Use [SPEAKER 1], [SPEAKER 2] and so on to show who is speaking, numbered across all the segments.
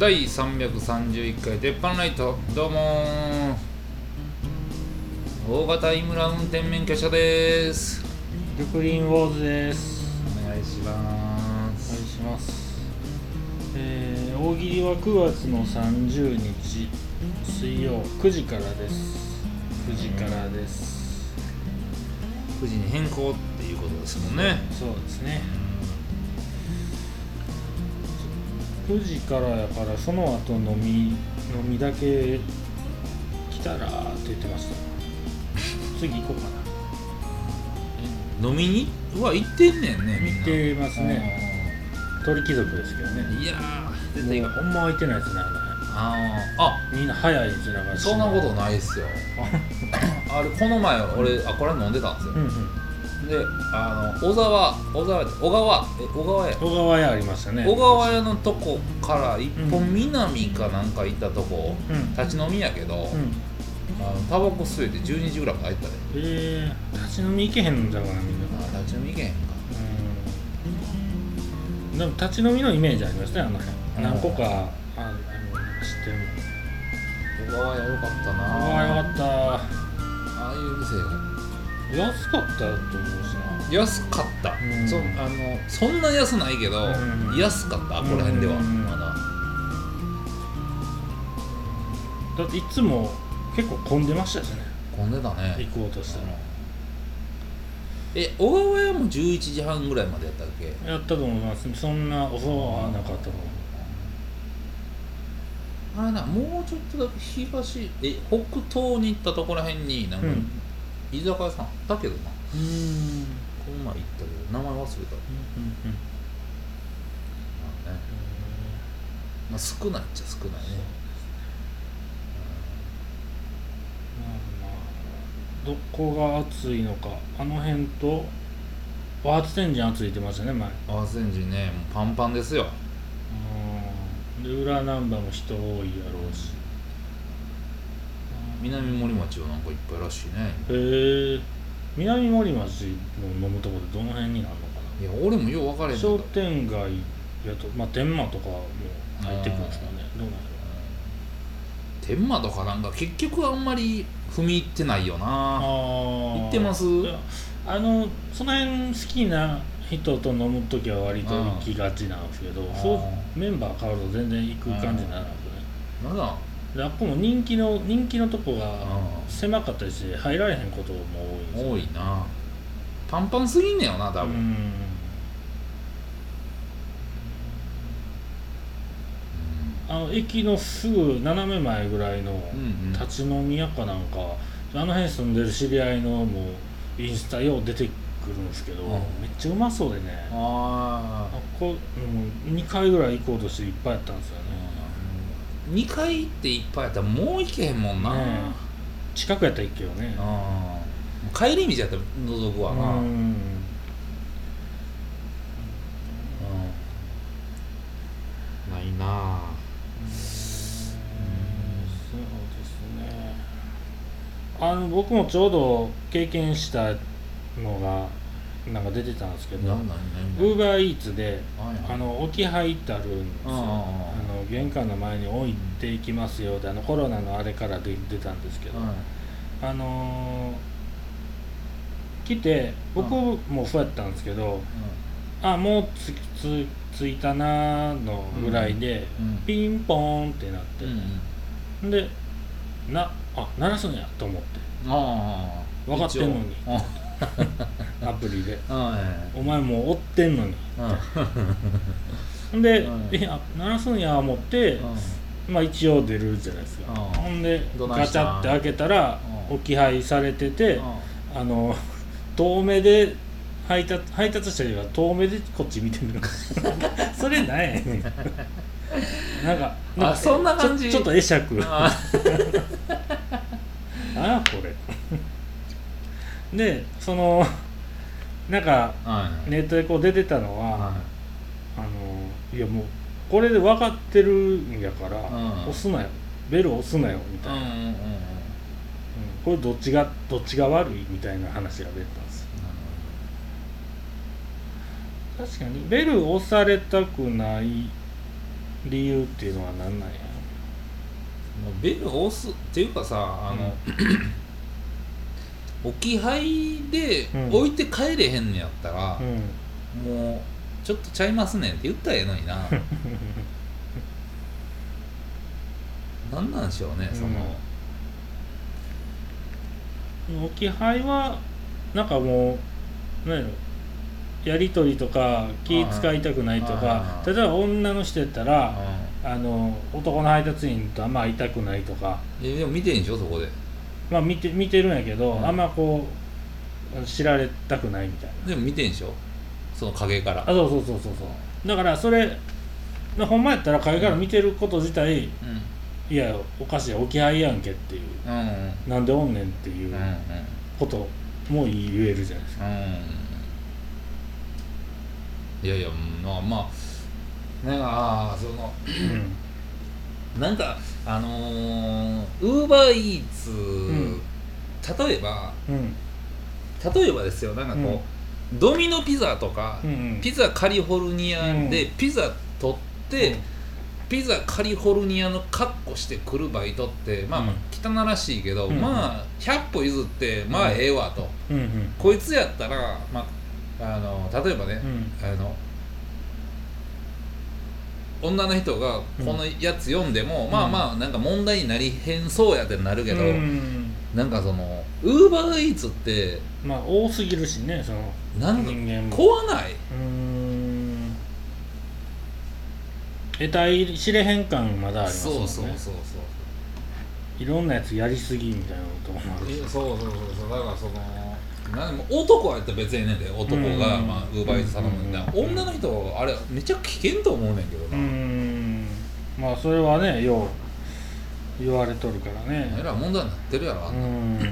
[SPEAKER 1] 第331回鉄板ライト、どうも大型井村運転免許証です。
[SPEAKER 2] 緑林ウォーズです。
[SPEAKER 1] お願いしま
[SPEAKER 2] お願い
[SPEAKER 1] す。
[SPEAKER 2] します。大喜利は9月の30日水曜9時からです。9時からです。
[SPEAKER 1] 9時に変更っていうことですもんね。
[SPEAKER 2] そうですね。9時からやから、その後飲みだけ来たらって言ってました。次行こうか
[SPEAKER 1] 飲みに行ってんねんね、みんな。
[SPEAKER 2] 行ってますね。鳥貴族ですけどね。
[SPEAKER 1] いやー、絶対
[SPEAKER 2] もうほんまは行ってないですね。みんな早いですね。
[SPEAKER 1] そんなことないっすよ。あれ、この前俺これ飲んでたんですよ。で、小
[SPEAKER 2] 川屋ありましたね。
[SPEAKER 1] 小川屋のとこから一本南かなんか行ったとこ、立ち飲みやけど、タバコ吸えて12時ぐらいまで入ったで。
[SPEAKER 2] 立ち飲み行けへんのじゃうかな、みんな。
[SPEAKER 1] 立ち飲み行けへんか。
[SPEAKER 2] でも立ち飲みのイメージありましたね、何個か知ってる
[SPEAKER 1] 小川屋よかったな。
[SPEAKER 2] 小川屋よかった。
[SPEAKER 1] ああいう店
[SPEAKER 2] 安かったと思うしな。
[SPEAKER 1] 安かった、そんな安ないけど、安かった、ここら辺では、まだ。
[SPEAKER 2] だっていつも結構混んでましたしね。
[SPEAKER 1] 混んでたね。
[SPEAKER 2] 行こうとしたら。
[SPEAKER 1] 小川屋も11時半ぐらいまでやったっけ？
[SPEAKER 2] やったと思います。そんな遅はなかったと思う。
[SPEAKER 1] あれな、もうちょっとだけ東北東に行ったところらへんになんか、居酒屋さんあったけどな。この前行ったけど名前忘れた。まあ少ないっちゃ少ないね。
[SPEAKER 2] どこが暑いのか、あの辺と和発天神暑いってましたね、前。
[SPEAKER 1] 和発天神ね、もうパンパンですよ。
[SPEAKER 2] で、裏難波も人多いやろうし。
[SPEAKER 1] 南森町はなんかいっぱいらしいね。
[SPEAKER 2] 南森町の飲むとこでどの辺になるのかな。
[SPEAKER 1] いや、俺もよう分かれへんけど。
[SPEAKER 2] 商店街やと、天満とかも入ってくるんですかね。どうなんやろ。
[SPEAKER 1] 天満とかなんか結局あんまり踏み入ってないよな。行ってます？
[SPEAKER 2] その辺好きな人と飲むときは割と行きがちなんですけど、そうメンバー変わると全然行く感じになるんですよね。
[SPEAKER 1] まだ
[SPEAKER 2] あっこも人気のとこが狭かったりして入られへんことも多いんですよ。
[SPEAKER 1] 多いな。パンパンすぎんねよな、多分。
[SPEAKER 2] 駅のすぐ斜め前ぐらいの立ち飲み屋かなんか、あの辺住んでる知り合いのもうインスタよう出てくるんですけど、めっちゃうまそうでね。2回ぐらい行こうとしていっぱいやったんですよね。
[SPEAKER 1] 2回行っていっぱいやったらもう行けへんもんな。
[SPEAKER 2] 近くやったら行くけどね。
[SPEAKER 1] 帰り道やったら覗くわな。ないな。
[SPEAKER 2] そうですね。僕もちょうど経験したのがなんか出てたんですけど、UberEats で置き配ってあるんですよ。玄関の前に置いていきますよで、コロナのあれから出たんですけど、来て、僕もそうやったんですけど、もう着いたなーのぐらいで、ピンポーンってなって、で鳴らすんやと思って、分かってんのにアプリでお前もう追ってんのにで鳴らすんや思って、一応出るじゃないですか。ほんでガチャって開けたら置き配されてて、遠目で配達者が遠目でこっち見てるそれなんやねんなんか
[SPEAKER 1] そんな感じ。
[SPEAKER 2] ちょっと会釈これで、なんかネットでこう出てたのは、いやもうこれで分かってるんやから押すなよ、ベル押すなよみたいな、これどっちが悪いみたいな話が出てたんですよ。確かにベル押されたくない理由っていうのは何なんや。
[SPEAKER 1] ベル押すっていうかさ置き配で置いて帰れへんのやったら、もうちょっとちゃいますねんって言ったらええのにななんなんでしょうね、その
[SPEAKER 2] 置き配はなんかもう何やろ、やり取りとか気使いたくないとか、例えば女の人やったら男の配達員とあんま会いたくないとか、
[SPEAKER 1] でも見てんでしょそこで。
[SPEAKER 2] まあ見てるんやけど、あんまこう知られたくないみたいな。
[SPEAKER 1] でも見てんでしょその影から。
[SPEAKER 2] そうだからそれほんまやったら影から見てること自体、いやおかしい、置き配やんけっていう、なんでおんねんっていうことも言えるじゃないですか。
[SPEAKER 1] いやいや、まあなんかそのなんかウーバーイーツ、例えばですよ、なんかこう、ドミノピザとか、ピザカリフォルニアでピザ取って、ピザカリフォルニアの格好してくるバイトってまあ汚らしいけど、まあ100歩譲ってまあええわと、こいつやったらまあ例えばね、女の人がこのやつ読んでも、まあまあなんか問題になりへんそうやってなるけど、なんかそのウーバーイーツって
[SPEAKER 2] まあ多すぎるしね、その
[SPEAKER 1] なんか
[SPEAKER 2] 人間も
[SPEAKER 1] 怖ない。
[SPEAKER 2] 得体知れへん感まだありますもんね。
[SPEAKER 1] そう
[SPEAKER 2] いろんなやつやりすぎみたいなこともあるし。
[SPEAKER 1] そうだからその男はやったら別にねんで、男がまあウーバーイーツ頼むんだ、女の人あれめっちゃ危険と思うねんけどな。
[SPEAKER 2] まあそれはねよう言われとるからね。
[SPEAKER 1] えらい問題になってるやろ、あんな。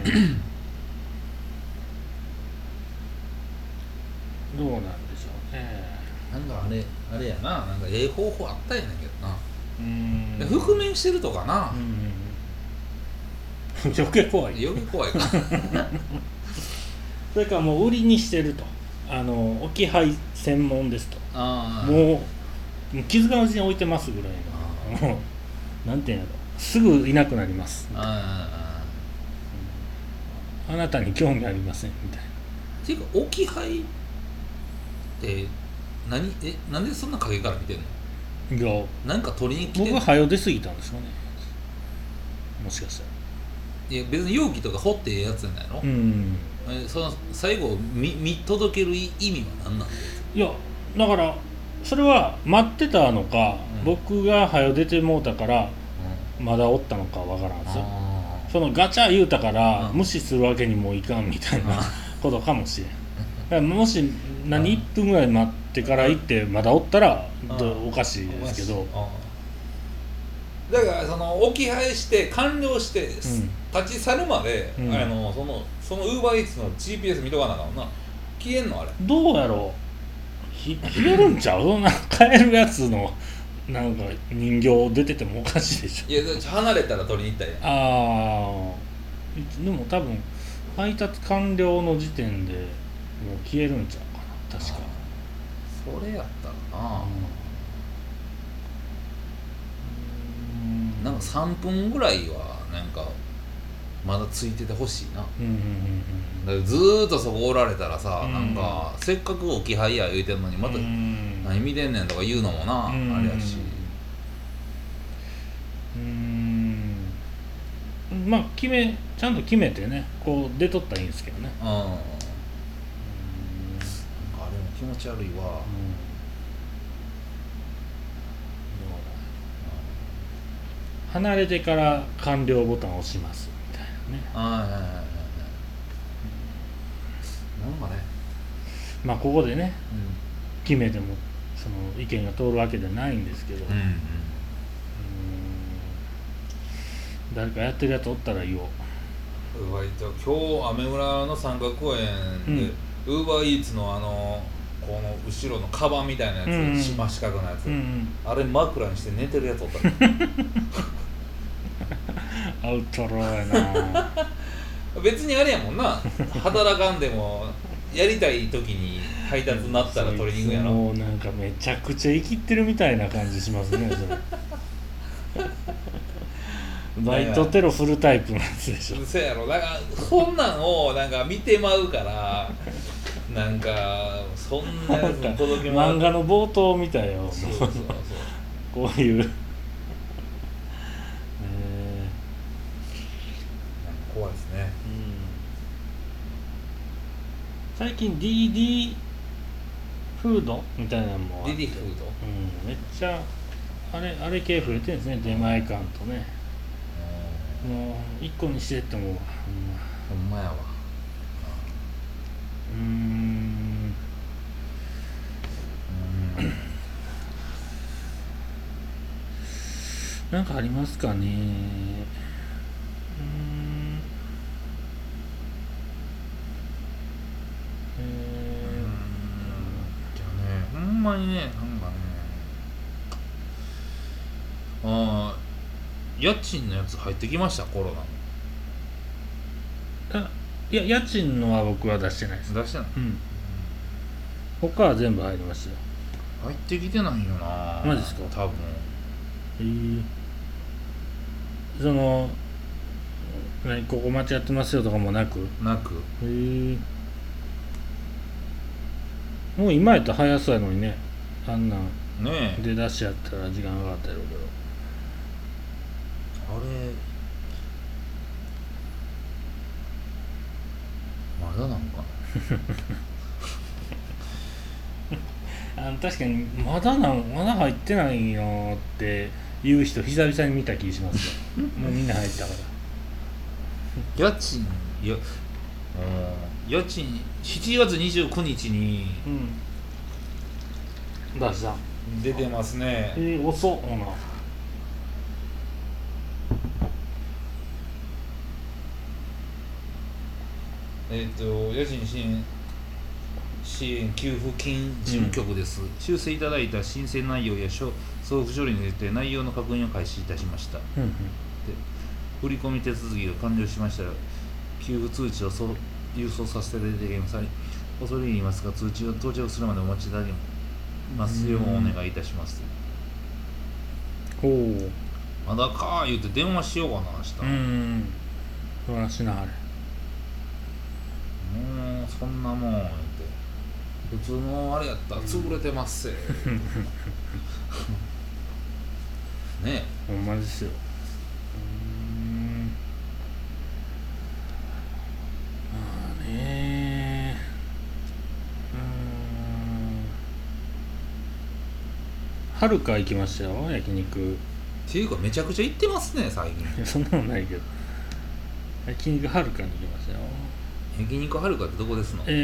[SPEAKER 2] どうなんでしょうね。
[SPEAKER 1] なんかあれやな、なんかええ方法あったんやねんけどな。覆面してるとかな。
[SPEAKER 2] 余計怖い。
[SPEAKER 1] 余計怖いか
[SPEAKER 2] それからもう売りにしてると、置き配専門ですと、もう気づかぬうちに置いてますぐらいの、もうなんていうんやろ、すぐいなくなりますみたいな、あなたに興味ありませんみたいな。
[SPEAKER 1] っていうか置き配ってなんでそんな影から見てんの？
[SPEAKER 2] いや
[SPEAKER 1] なんか取りに来てんの？
[SPEAKER 2] 僕は早出過ぎたんですよね、もしかしたら。
[SPEAKER 1] いや別に容器とか掘ってええやつじゃないの？その最後見届ける意味は何なんですか？
[SPEAKER 2] いやだからそれは待ってたのか、僕が早出てもうたからまだおったのかわからんですよ。そのガチャ言うたから無視するわけにもいかんみたいなことかもしれん。だからもし1分ぐらい待ってから行ってまだおったらおかしいですけど、
[SPEAKER 1] だからその置き配して完了して、立ち去るまで、そのウーバーイーツの GPS 見とかなあかんな。消えんのあれ？
[SPEAKER 2] どうやろう、消えるんちゃう？そんな買えるやつのなんか人形出ててもおかしいでしょ。
[SPEAKER 1] いや離れたら取りに行ったら
[SPEAKER 2] でも多分配達完了の時点でもう消えるんちゃうかな、確か。
[SPEAKER 1] それやったらな、なんか3分ぐらいはなんかまだついててほしいな。だからずーっとそこおられたらさ、なんかせっかく置き配や言うてんのにまた何見てんねんとか言うのもな、あれやし。
[SPEAKER 2] まあちゃんと決めてね、こう出とったらいいんですけどね。
[SPEAKER 1] なんかあれも気持ち悪いわ。
[SPEAKER 2] 離れてから完了ボタンを押しますみたいなね。
[SPEAKER 1] なんかね、
[SPEAKER 2] まあここでね、決めてもその意見が通るわけじゃないんですけど、誰かやってるやつおったら言おう。
[SPEAKER 1] 今日アメ村の三角公園でウーバーイーツのこの後ろのカバンみたいなやつ、真四角のやつ、あれ枕にして寝てるやつおった
[SPEAKER 2] アウトローやな
[SPEAKER 1] 別にあれやもんな、働かんでもやりたい時に配達になったら取りに行くんやろ。
[SPEAKER 2] もうなんかめちゃくちゃ生きってるみたいな感じしますねそれバイトテロフルタイプのやつでしょ。
[SPEAKER 1] そうやろ。だからそんなんをなんか見てまうからなんかそんなやつに届けまう
[SPEAKER 2] 漫画の冒頭みたいよ。
[SPEAKER 1] そうそうそう
[SPEAKER 2] こういう
[SPEAKER 1] 怖いですね。
[SPEAKER 2] 最近 DD フードみたいなのもあって
[SPEAKER 1] DD フード、
[SPEAKER 2] めっちゃあれ系増えてるんですね。出前館とね、もう1個にしてってもほん
[SPEAKER 1] まやわ。
[SPEAKER 2] なんかありますかね。
[SPEAKER 1] じゃあね、ほんまにね、なんかね、家賃のやつ入ってきました、コロナの。
[SPEAKER 2] いや、家賃のは僕は出してないです。
[SPEAKER 1] 出してない。
[SPEAKER 2] 他は全部入りましたよ。
[SPEAKER 1] 入ってきてないよな。
[SPEAKER 2] マジですか。
[SPEAKER 1] 多分。
[SPEAKER 2] そのここ間違ってますよとかもなく。もう今やったら早そうやのにね。あんなん
[SPEAKER 1] ね
[SPEAKER 2] 出だしやったら時間かかったやろうけど。
[SPEAKER 1] あれまだなんか
[SPEAKER 2] な確かにまだ入ってないよって言う人久々に見た気しますよもうみんな入ったから
[SPEAKER 1] 家賃家賃7月29日に
[SPEAKER 2] 出した
[SPEAKER 1] 出てますね。
[SPEAKER 2] 遅っほな。
[SPEAKER 1] 家賃支援給付金事務局です、修正いただいた申請内容や送付書類について内容の確認を開始いたしました、で振込手続きが完了しましたら給付通知を郵送させていただきます。恐れ入りますが通知が到着するまでお待ちいただきますようお願いいたします。まだか言うて電話しようかな明日。
[SPEAKER 2] そらしなはれ。
[SPEAKER 1] もうそんなもん言うて普通のあれやったら潰れてますせねえ
[SPEAKER 2] ほんまですよ。まあねはるか行きましたよ焼肉。
[SPEAKER 1] っていうかめちゃくちゃ行ってますね最近。
[SPEAKER 2] そんなのないけど焼肉はるかに行きましたよ。
[SPEAKER 1] 焼肉はるかってどこですの？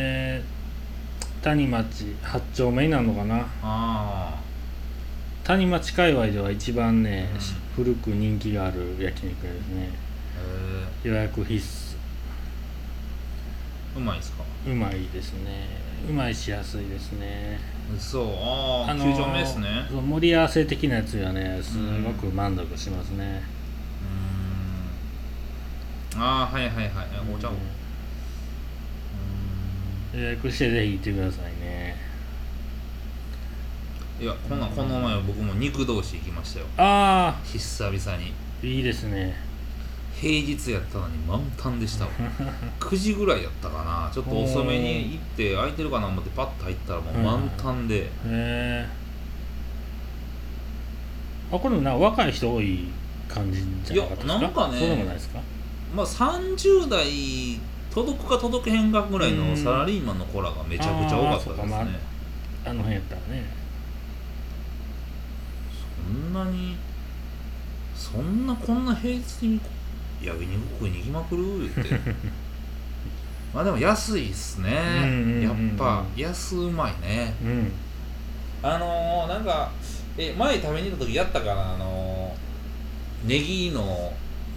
[SPEAKER 2] 谷町8丁目になるのかな。谷町界隈では一番ね、古く人気がある焼肉ですね。予約必須。
[SPEAKER 1] うまいですか？
[SPEAKER 2] うまいですね。うまいし安いですね。
[SPEAKER 1] そう9丁目ですね。
[SPEAKER 2] 盛り合わせ的なやつがねすごく満足しますね。
[SPEAKER 1] はいお茶を
[SPEAKER 2] 予約してぜひ行ってくださいね。
[SPEAKER 1] いやこの前僕も肉同士行きましたよ。久々に。
[SPEAKER 2] いいですね。
[SPEAKER 1] 平日やったのに満タンでしたわ9時ぐらいやったかな。ちょっと遅めに行って空いてるかな思ってパッと入ったらもう満タンで、
[SPEAKER 2] これ若い人多い感じじゃなかったですか？
[SPEAKER 1] いやなんかね
[SPEAKER 2] そうでもないですか？
[SPEAKER 1] まあ30代届くか届けへんかぐらいのサラリーマンの子らがめちゃくちゃ多かったですね。
[SPEAKER 2] あの辺やったらね。
[SPEAKER 1] こんな平日に焼肉食いに行きまくる言ってまあでも安いっすね。やっぱ安うまいね。なんか前食べに行った時やったかな。ネギの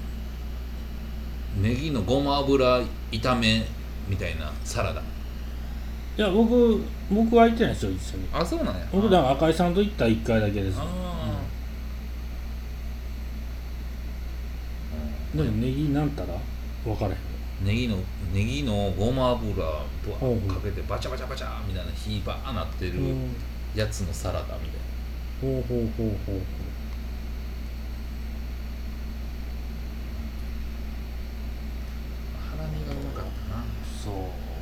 [SPEAKER 1] ごま油炒めみたいなサラダ。
[SPEAKER 2] いや僕は行ってないですよ一緒に。
[SPEAKER 1] そうなんや。
[SPEAKER 2] 僕だから赤井さんと行った1回だけです。でもネギなんたら分からへん。
[SPEAKER 1] ネギのごま油と
[SPEAKER 2] ほうほう
[SPEAKER 1] かけてバチャバチャバチャみたいな火バーなってるやつのサラダみたいな。
[SPEAKER 2] ほうほうほうほう。
[SPEAKER 1] ハラミがうまかったな。
[SPEAKER 2] そう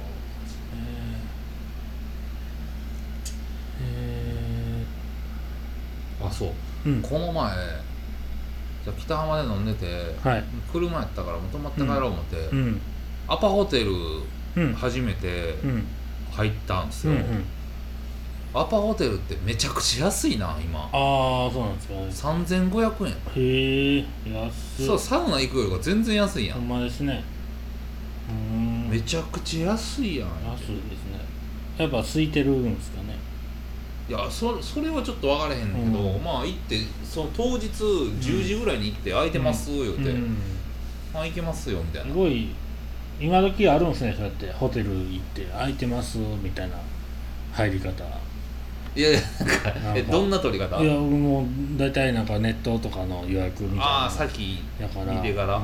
[SPEAKER 1] あ、そう、
[SPEAKER 2] うん、
[SPEAKER 1] この前じゃあ北浜で飲んでて、
[SPEAKER 2] はい、
[SPEAKER 1] 車やったからもう泊まって帰ろう思って、
[SPEAKER 2] うん、
[SPEAKER 1] アパホテル
[SPEAKER 2] うん、
[SPEAKER 1] 初めて
[SPEAKER 2] うん、
[SPEAKER 1] 入ったんですよ、
[SPEAKER 2] うん、うん。
[SPEAKER 1] アパホテルってめちゃくちゃ安いな今。
[SPEAKER 2] ああ、そうなんですかね。
[SPEAKER 1] 3500円。
[SPEAKER 2] へえ、安い。
[SPEAKER 1] そう、サウナ行くよりか全然安いや
[SPEAKER 2] ほん
[SPEAKER 1] ん。
[SPEAKER 2] まですね。
[SPEAKER 1] めちゃくちゃ安いやん。
[SPEAKER 2] 安いですね。やっぱ空いてるんですかね。
[SPEAKER 1] いや、それはちょっと分からへんけど、まあ行ってその当日10時ぐらいに行って空いてます言うて、まあ行けますよみたいな。
[SPEAKER 2] すごい今時あるんですね、そうやってホテル行って空いてますみたいな入り方。
[SPEAKER 1] いやいや、なんかどんな取り方？
[SPEAKER 2] いや、もう大体なんかネットとかの予約みたいな。
[SPEAKER 1] ああ、さっき
[SPEAKER 2] だから
[SPEAKER 1] 見てから、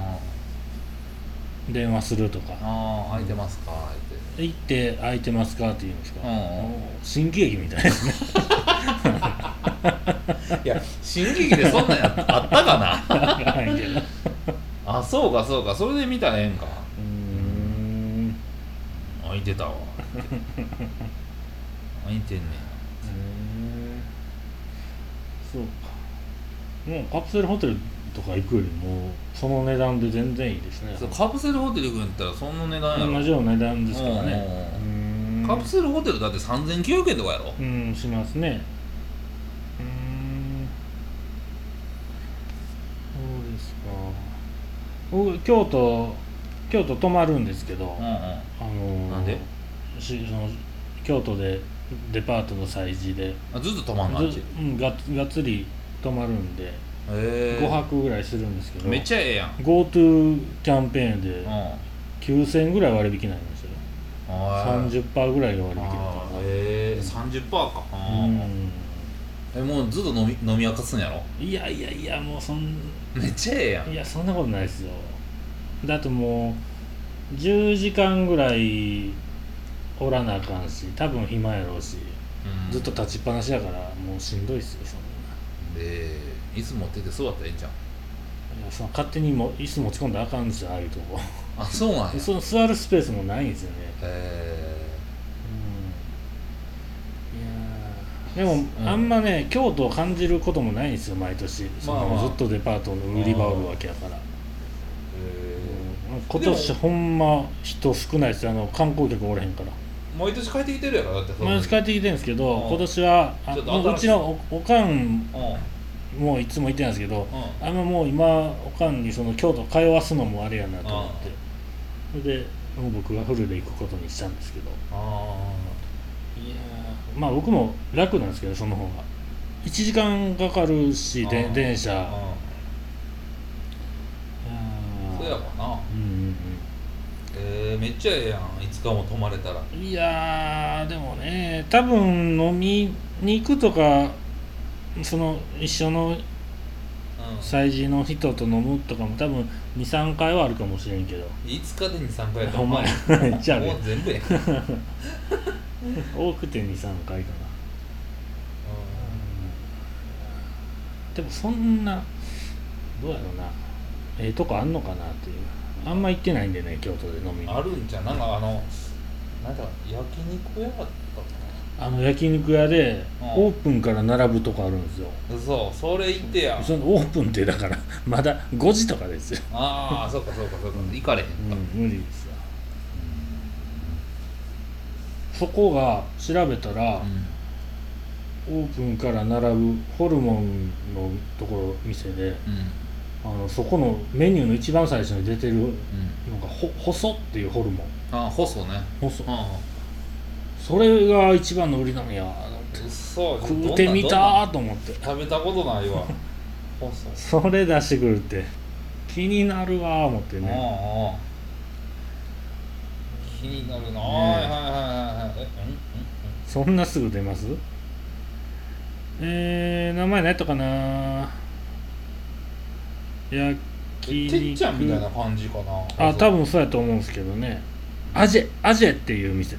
[SPEAKER 2] 電話するとか。
[SPEAKER 1] 空いてますかって
[SPEAKER 2] 行って空いてますかって言うんですか。
[SPEAKER 1] も
[SPEAKER 2] う新喜劇みたいですね。
[SPEAKER 1] いや、新喜劇でそんなんあったかな。
[SPEAKER 2] ないけど。
[SPEAKER 1] あ、そうかそうか、それで見たらええんか。空いてたわ。空いてんねん。
[SPEAKER 2] そうか。もうカプセルホテルとか行くよりもその値段で全然いいですね。
[SPEAKER 1] そう、カプセルホテル行くんやったらその値段やろ。
[SPEAKER 2] 同じような値段ですからね。
[SPEAKER 1] カプセルホテルだって3900円とかやろ。
[SPEAKER 2] しますね。そうですか。僕京都泊まるんですけど、
[SPEAKER 1] なんで
[SPEAKER 2] その京都でデパートの催事で
[SPEAKER 1] ずっと泊まんの？
[SPEAKER 2] がっつり泊まるんで、5泊ぐらいするんですけど、
[SPEAKER 1] めっちゃええやん。
[SPEAKER 2] GoTo キャンペーンで9000円ぐらい割引になりましたよ。30% ぐらいが割引だった
[SPEAKER 1] 30%か。もうずっと飲み明かすんやろ。
[SPEAKER 2] いや、もう
[SPEAKER 1] めっちゃええやん。
[SPEAKER 2] いや、そんなことないですよ。だともう10時間ぐらいおらなあかんし、多分暇やろうし、ずっと立ちっぱなしだからもうしんどいっすよ、そんな。
[SPEAKER 1] で椅子持ってて座ったらええんちゃう？
[SPEAKER 2] いや、勝手にも椅子持ち込んだらあかんですよ、ああいうとこ。
[SPEAKER 1] あ、そうなんや。
[SPEAKER 2] その座るスペースもないんですよね。いやでも、あんまね京都を感じることもないんですよ、毎年。ずっとデパートの売り場おるわけやから。今年ほんま人少ないですよ、観光客おれへんから。
[SPEAKER 1] 毎年帰ってきてるやろ。だって
[SPEAKER 2] 毎年帰ってきてるんですけど、今年はうちのおかんもういつも言ってないんですけど、あんまもう今おかんにその京都通わすのもあれやなと思って、それでもう僕がフルで行くことにしたんですけど、いやまあ僕も楽なんですけど、その方が1時間かかるし、電車。
[SPEAKER 1] そうやわな。めっちゃええやん、いつかも泊まれたら。
[SPEAKER 2] いやでもね、多分飲みに行くとか、その一緒の催事の人と飲むとかも多分 2,3 回はあるかもしれんけど。
[SPEAKER 1] 5日で 2,3 回やったらお
[SPEAKER 2] 前じゃあ
[SPEAKER 1] もう全部やん。
[SPEAKER 2] 多くて 2,3 回かな。でもそんなどうやろうな、とこあんのかなっていう。あんま行ってないんでね、京都で飲みに。
[SPEAKER 1] あるんじゃん。なんかなんか焼肉屋だったか
[SPEAKER 2] な。焼肉屋でオープンから並ぶとこあるんですよ。
[SPEAKER 1] そう、それ行ってや。
[SPEAKER 2] そのオープンってだからまだ5時とかですよ。
[SPEAKER 1] ああ、そうか行かれへんか。
[SPEAKER 2] 無理ですよ。そこが調べたら、オープンから並ぶホルモンのところ店で、そこのメニューの一番最初に出てるのが細っていうホルモン。
[SPEAKER 1] 細ね。
[SPEAKER 2] 細。それが一番の売りなんや。食うてみたと思って。
[SPEAKER 1] 食べたことないわ。
[SPEAKER 2] 細。それ出してくるって気になるわ思ってね。
[SPEAKER 1] 気になるな。
[SPEAKER 2] そんなすぐ出ます？名前何やったかな。焼
[SPEAKER 1] てっちゃんみたいな感じかな。
[SPEAKER 2] あ、多分そうやと思うんですけどね。アジェっていう店。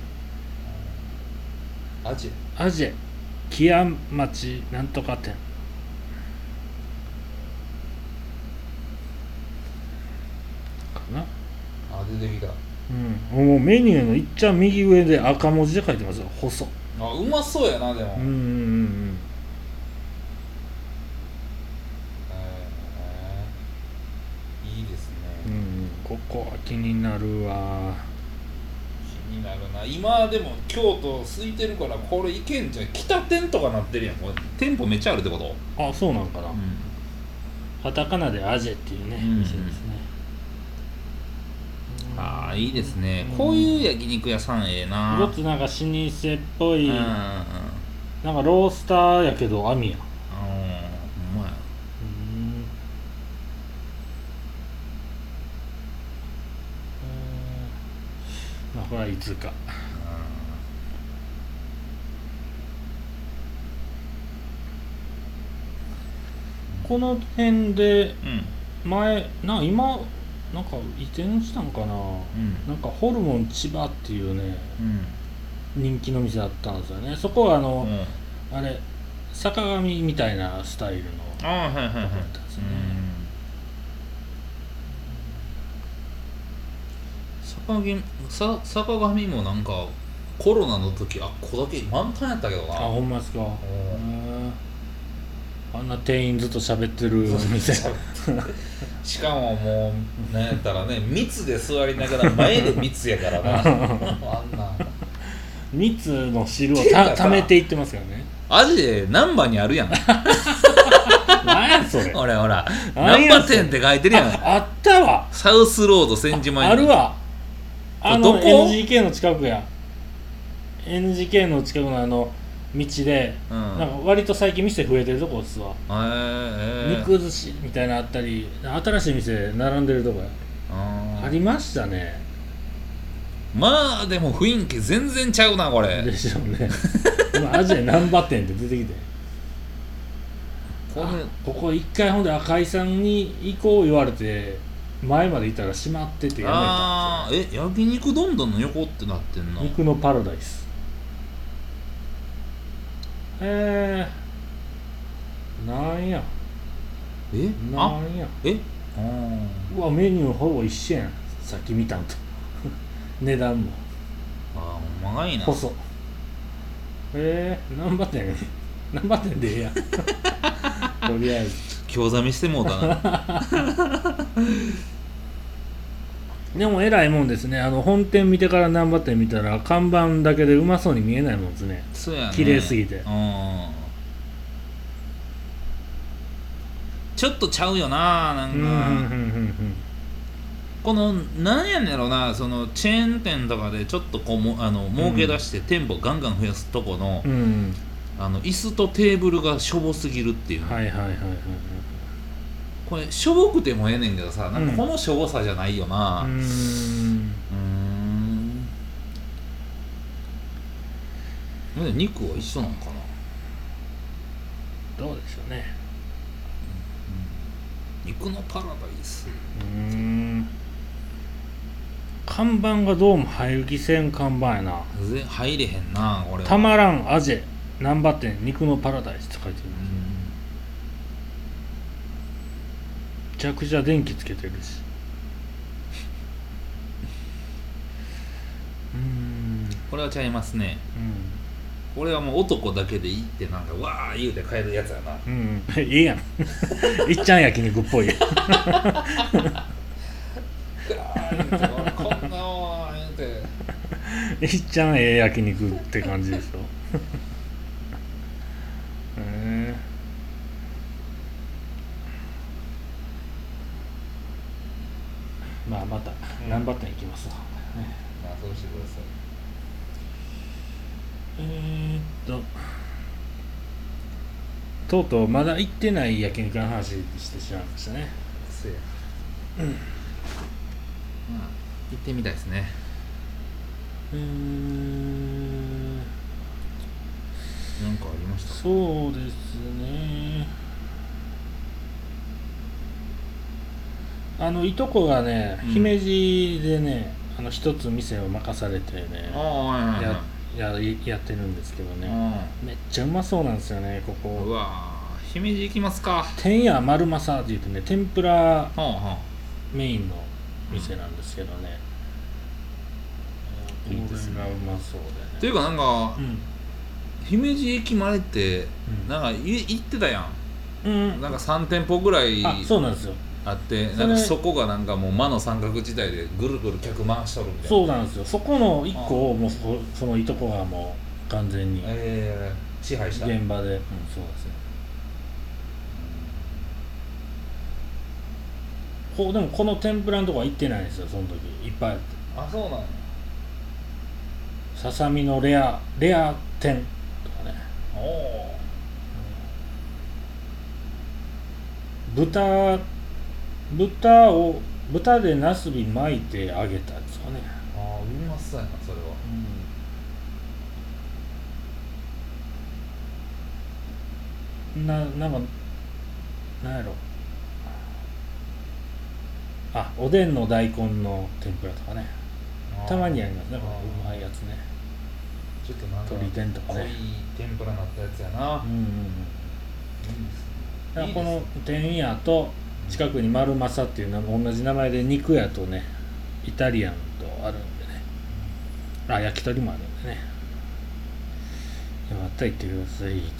[SPEAKER 1] アジ
[SPEAKER 2] ェ木屋町なんとか店かな。
[SPEAKER 1] あ、出てきた。
[SPEAKER 2] もうメニューのいっちゃん右上で赤文字で書いてますよ。細。
[SPEAKER 1] あ、うまそうやなでも。いいですね。
[SPEAKER 2] ここは気になるわ。
[SPEAKER 1] 気になるな。今でも京都空いてるからこれ行けんじゃん。北店とかなってるやん。これ店舗めっちゃあるってこと？
[SPEAKER 2] あ、そうなんかな。カタカナでアジェっていうね、店ですね。
[SPEAKER 1] ああ、いいですね。こういう焼肉屋さんええな。
[SPEAKER 2] ごっつなんか老舗っぽい、なんかロースターやけど網や。
[SPEAKER 1] うまい。
[SPEAKER 2] まあこれはいつか。この辺で前今なんか移転したんかな、なんかホルモン千葉っていうね、人気の店あったんですよね。そこはあれ坂上みたいなスタイルのとこだったんですよね。
[SPEAKER 1] 坂上もなんかコロナの時あっこだけ満タンやったけどな。
[SPEAKER 2] あ、ほんまですか。あんな店員ずっと喋ってる店
[SPEAKER 1] しかももうなんやったらね密で座りながら前で密やからなあんな
[SPEAKER 2] 密の汁をためていってますからね。
[SPEAKER 1] アジで難波にあるやん
[SPEAKER 2] 何やそれ
[SPEAKER 1] ほら難波店って書いてるやん。
[SPEAKER 2] あったわ。
[SPEAKER 1] サウスロード千住前に
[SPEAKER 2] あるわ。
[SPEAKER 1] どこ
[SPEAKER 2] NGK の近くや。 NGK の近くの道で、なんか割と最近店増えてるとこですわ。肉寿司みたいなあったり、新しい店並んでるとこや。ありましたね。
[SPEAKER 1] まあでも雰囲気全然ちゃうなこれ。
[SPEAKER 2] でしょうね。今アジア難波店って出てきてここ一回ほんで赤井さんに行こう言われて前まで行ったら閉まっててやめたんですよ。
[SPEAKER 1] 焼肉どんどんの横ってなってんの。
[SPEAKER 2] 肉のパラダイス。なんやなんやうわ、メニューほぼ一緒やん。さっき見たんと値段も
[SPEAKER 1] ほんまがいいな。
[SPEAKER 2] 細。難波店でええやんとりあえず
[SPEAKER 1] 興ざめしてもうたな
[SPEAKER 2] でも偉いもんですね。本店見てから難波店見たら看板だけでうまそうに見えないもんですね。
[SPEAKER 1] そうやね。
[SPEAKER 2] 綺麗すぎて。
[SPEAKER 1] ちょっとちゃうよな。なんかこのなんやねんろな、そのチェーン店とかでちょっとこう儲け出して店舗ガンガン増やすとこの、椅子とテーブルがしょぼすぎるっていう。これしょぼくてもええねんけどさ、なんかこのしょぼさじゃないよな。肉は一緒なのかな。
[SPEAKER 2] どうでしょうね。
[SPEAKER 1] 肉のパラダイス。
[SPEAKER 2] 看板がどうも入る気せん看板やな。
[SPEAKER 1] 入れへんなこれ。
[SPEAKER 2] たまらんアジェ難波店肉のパラダイスって書いてる。めちゃくちゃ電気つけてるし
[SPEAKER 1] これはちゃいますね。これはもう男だけでいいってなんかわー言うて帰るやつやな。
[SPEAKER 2] いいやんいっちゃん焼肉っぽいこんなもん言うていっちゃん焼肉って感じでしょまあまた頑張っていきますわ。
[SPEAKER 1] まあそうしてください。
[SPEAKER 2] とうとうまだ行ってない焼肉の話してしまいましたね。
[SPEAKER 1] そうや。まあ行ってみたいですね。なんかありました？
[SPEAKER 2] そうですね。 いとこがね、姫路でね一つ店を任されてね、やってるんですけどね、めっちゃうまそうなんですよねここ。
[SPEAKER 1] うわ姫路行きますか。
[SPEAKER 2] 天屋丸政って言ってね天ぷらメインの店なんですけどね、これがうまそうでね。
[SPEAKER 1] っていうかなんか、姫路駅前ってなんか行ってたやん、なんか3店舗ぐらい
[SPEAKER 2] そうなんですよ
[SPEAKER 1] あって、なんかそこがなんかもう魔の三角地帯でぐるぐる客回しとるみたいな。
[SPEAKER 2] そうなんですよ。そこの1個をもうそのいとこがもう完全に
[SPEAKER 1] 支配した
[SPEAKER 2] 現場で、そうですね。でもこの天ぷらのとこは行ってないんですよ。その時いっぱいあって。
[SPEAKER 1] あ、そうなんや。
[SPEAKER 2] ささみのレア天とかね。豚でなすび巻いて揚げたんですかね。
[SPEAKER 1] ああ、うまそうやなそれは。
[SPEAKER 2] なんかなんやろ。おでんの大根の天ぷらとかね。たまにありますね。うまいやつね。
[SPEAKER 1] ちょっとなんか
[SPEAKER 2] 鶏天とかね。
[SPEAKER 1] 濃い天ぷらになったやつやな。
[SPEAKER 2] この天屋と近くに丸政っていうの同じ名前で肉屋とねイタリアンとあるんでね、焼き鳥もあるんでね、また行ってくださいと。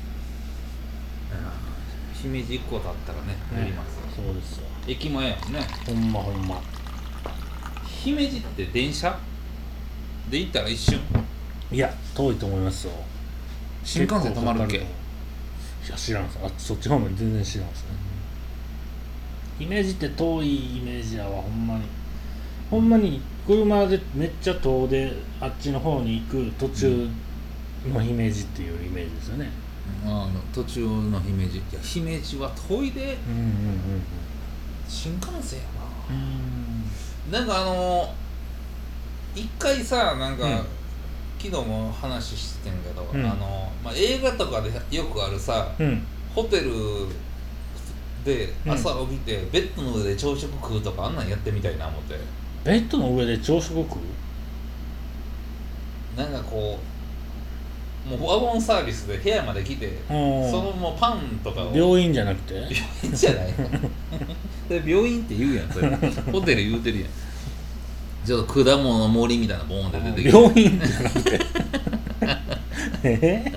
[SPEAKER 1] 姫路1個だったらね塗ります。
[SPEAKER 2] そうですよ。
[SPEAKER 1] 駅前やもんね。
[SPEAKER 2] ほんま
[SPEAKER 1] 姫路って電車で行ったら一瞬？
[SPEAKER 2] いや遠いと思いますよ。
[SPEAKER 1] 新幹線止まるっけ？
[SPEAKER 2] いや知らんす。そっち方面全然知らんすね。姫路って遠いイメージやわ。ほんまに車でめっちゃ遠であっちの方に行く途中の姫路っていうイメージですよね。
[SPEAKER 1] 途中の姫路。いや姫路は遠いで。新幹線やな。なんか一回さなんか、昨日も話してんけど、映画とかでよくあるさ、ホテルで朝起きて、ベッドの上で朝食食うとかあんなんやってみたいな思って。
[SPEAKER 2] ベッドの上で朝食食
[SPEAKER 1] う？なんかこうもうワゴンサービスで部屋まで来て、そのもうパンとかを。
[SPEAKER 2] 病院じゃなくて？
[SPEAKER 1] 病院じゃないそれ病院って言うやんそれホテル言うてるやん。ちょっと果物の森みたいなボーンって出てきて、
[SPEAKER 2] 病院じゃなくて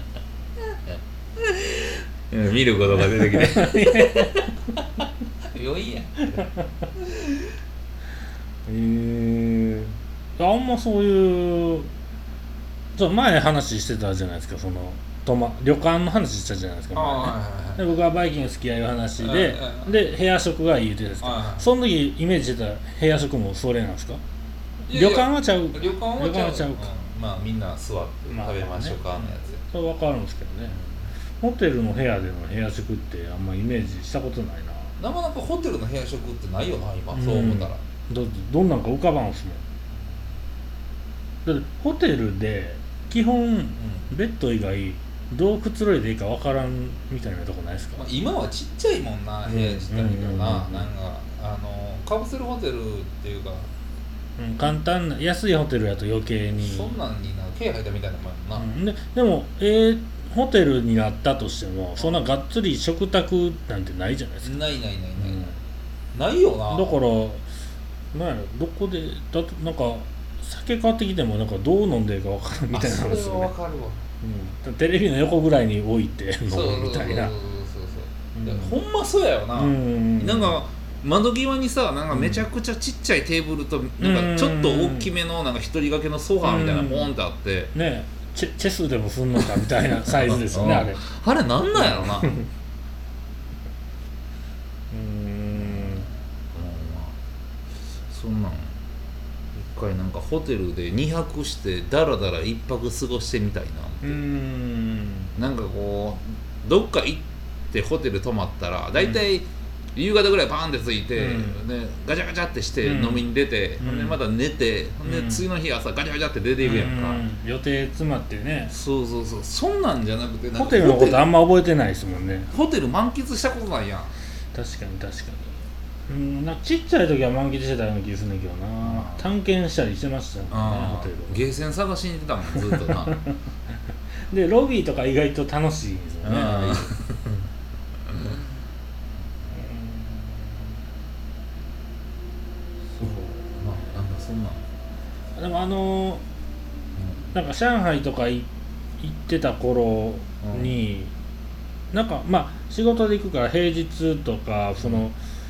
[SPEAKER 1] ミルクとか出てきて病院や
[SPEAKER 2] あんまそういう前話してたじゃないですか。旅館の話したじゃないですか、で僕はバイキング好きやいう話で、で部屋食がいいって言ってたんですけど、その時イメージしてた部屋食もそれなんですか？旅館はちゃう。
[SPEAKER 1] 旅館はちゃうか。みんな座って食べましょうかのやつ。
[SPEAKER 2] それ分かるんですけどね。ホテルの部屋での部屋食ってあんまイメージしたことない
[SPEAKER 1] な。なかなかホテルの部屋食ってないよな今、そう思ったら。
[SPEAKER 2] どんなんか浮かばんすもん。だってホテルで基本、ベッド以外どうくつろいでいいか分からんみたいなとこないですか？
[SPEAKER 1] 今はちっちゃいもんな部屋自体がな。なんかカプセルホテルっていうか、
[SPEAKER 2] 簡単な安いホテルやと余計に
[SPEAKER 1] そんなんにな毛生えたみたいなもんやな。
[SPEAKER 2] でもホテルになったとしてもそんながっつり食卓なんてないじゃないですか。
[SPEAKER 1] ないよな。
[SPEAKER 2] だからなんやろ、どこでなんか酒買ってきてもなんかどう飲んでるか分からんみたいなんですよね。
[SPEAKER 1] それは分かるわ。
[SPEAKER 2] テレビの横ぐらいに置いて飲むみたいな。
[SPEAKER 1] ほんまそうやよな。なんか窓際にさ、なんかめちゃくちゃちっちゃいテーブルとなんかちょっと大きめのなんか一人掛けのソファーみたいなボーンってあって、
[SPEAKER 2] ね、チェスでもすんのかみたいなサイズですよねあれ。
[SPEAKER 1] あれなんなんやろな。そんなん一回なんかホテルで2泊してダラダラ1泊過ごしてみたいな。なんかこうどっか行ってホテル泊まったらだいたい夕方ぐらいパーンって着いて、でガチャガチャってして飲みに出て、でまた寝て、で次の日朝ガチャガチャって出ていくやんか。
[SPEAKER 2] 予定詰まってね。
[SPEAKER 1] そうそんなんじゃなくて、
[SPEAKER 2] ホテルのことあんま覚えてないですもんね。
[SPEAKER 1] ホテル満喫したことないやん。
[SPEAKER 2] 確かになんかちっちゃい時は満喫してたような気がするんだけどな、探検したりしてましたね、ホテル
[SPEAKER 1] ゲーセン探しに行ってたもんずっとな
[SPEAKER 2] でロビーとか意外と楽しいんですよね
[SPEAKER 1] そうなんかそんな
[SPEAKER 2] でもなんか上海とか行ってた頃に、なんかまあ仕事で行くから平日とかその、